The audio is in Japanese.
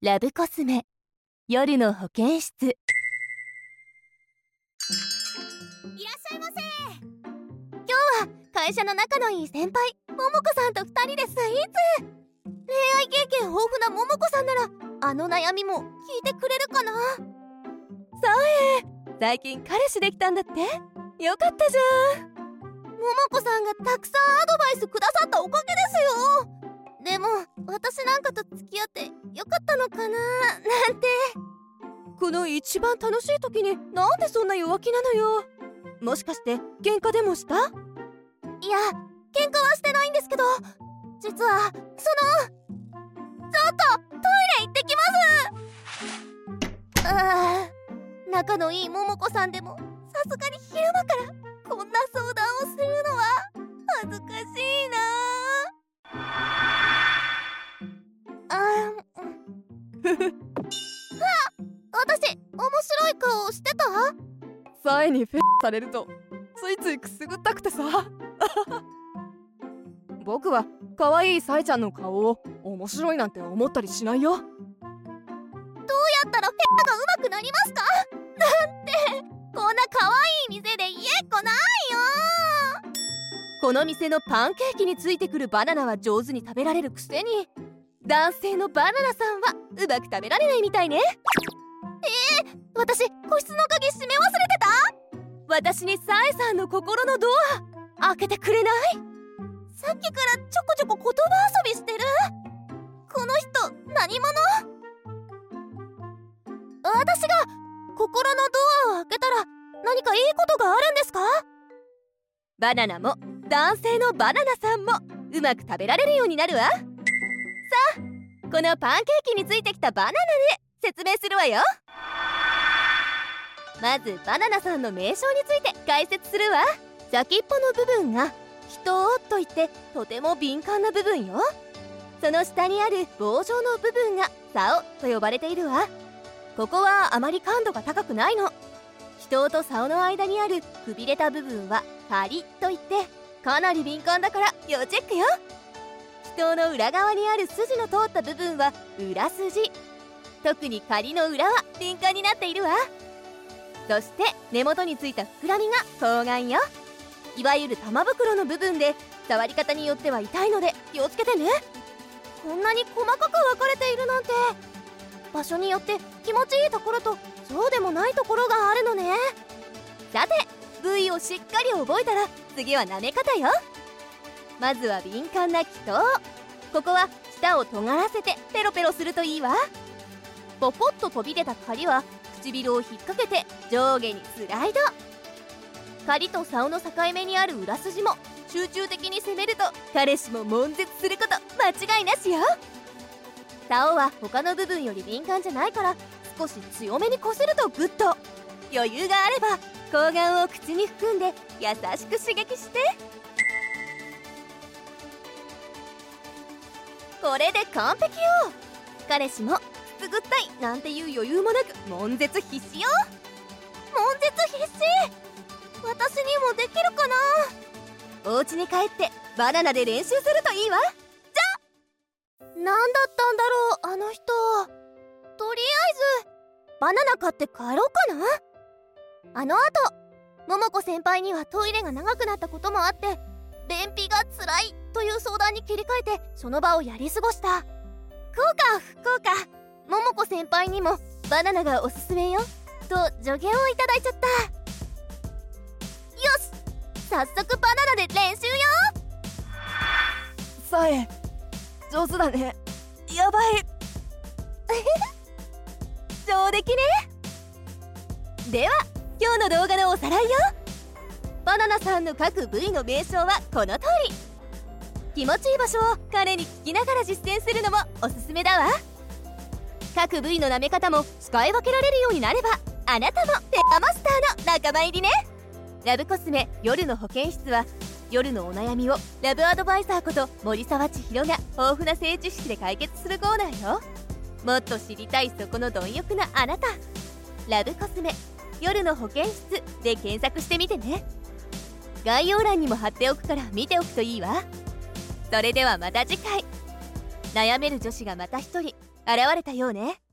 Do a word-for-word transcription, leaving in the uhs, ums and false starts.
ラブコスメ夜の保健室。いらっしゃいませ。 今日は会社の仲のいい先輩ももこさんとふたりでスイーツ。恋愛経験豊富なももこさんならあの悩みも聞いてくれるかな。さえ、最近彼氏できたんだって。よかったじゃん。ももこさんがたくさんアドバイスくださったおかげですよ。でも私なんかと付き合ってよかったのかななんて。この一番楽しい時になんでそんな弱気なのよ。もしかして喧嘩でもした？いや、喧嘩はしてないんですけど、実はそのちょっとトイレ行ってきます。あー、仲のいいももこさんでもさすがに昼間からこんな相談をするのは恥ずかしいな。あーふふ私、面白い顔してた？ サエにフェされるとついついくすぐったくてさ僕は可愛いサエちゃんの顔を面白いなんて思ったりしないよ。 どうやったらフェが上手くなりますか？なんて、こんな可愛い店で家っこないよ。この店のパンケーキについてくるバナナは上手に食べられるくせに、男性のバナナさんはうまく食べられないみたいね。えー、私個室の鍵閉め忘れてた？私にサエさんの心のドア開けてくれない？さっきからちょこちょこ言葉遊びしてる。この人何者？私が心のドアを開けたら何かいいことがあるんですか？バナナも男性のバナナさんもうまく食べられるようになるわ。さあ、このパンケーキについてきたバナナで説明するわよ。まずバナナさんの名称について解説するわ。先っぽの部分が人といってとても敏感な部分よ。その下にある棒状の部分が竿と呼ばれているわ。ここはあまり感度が高くないの。人と竿の間にあるくびれた部分は針といってかなり敏感だから要チェックよ。人の裏側にある筋の通った部分は裏筋。特に針の裏は敏感になっているわ。そして根元についた膨らみが睾丸よ。いわゆる玉袋の部分で触り方によっては痛いので気をつけてね。こんなに細かく分かれているなんて。場所によって気持ちいいところとそうでもないところがあるのね。さて、部位をしっかり覚えたら次は舐め方よ。まずは敏感な気筒。ここは舌を尖らせてペロペロするといいわ。ポコッと飛び出た針は唇を引っ掛けて上下にスライド。針と竿の境目にある裏筋も集中的に攻めると彼氏も悶絶すること間違いなしよ。竿は他の部分より敏感じゃないから少し強めにこするとグッと。余裕があれば睾丸を口に含んで優しく刺激して。これで完璧よ。彼氏もくすぐったいなんていう余裕もなく悶絶必至よ。悶絶必至？私にもできるかな。お家に帰ってバナナで練習するといいわ。じゃ何だったんだろうあの人。とりあえずバナナ買って帰ろうかな。あのあとももこ先輩にはトイレが長くなったこともあって便秘がつらいという相談に切り替えてその場をやり過ごした。こうか不幸か、ももこ先輩にもバナナがおすすめよと助言をいただいちゃった。よし、早速バナナで練習よ。 サエ上手だね。やばい上出来ね。では今日の動画のおさらいよ。バナナさんの各部位の名称はこの通り。気持ちいい場所を彼に聞きながら実践するのもおすすめだわ。各部位の舐め方も使い分けられるようになればあなたもペアマスターの仲間入りね。ラブコスメ夜の保健室は夜のお悩みをラブアドバイザーこと森沢千尋が豊富な性知識で解決するコーナーよ。もっと知りたいそこの貪欲なあなた、ラブコスメ夜の保健室で検索してみてね。概要欄にも貼っておくから見ておくといいわ。それではまた次回。悩める女子がまた一人現れたようね。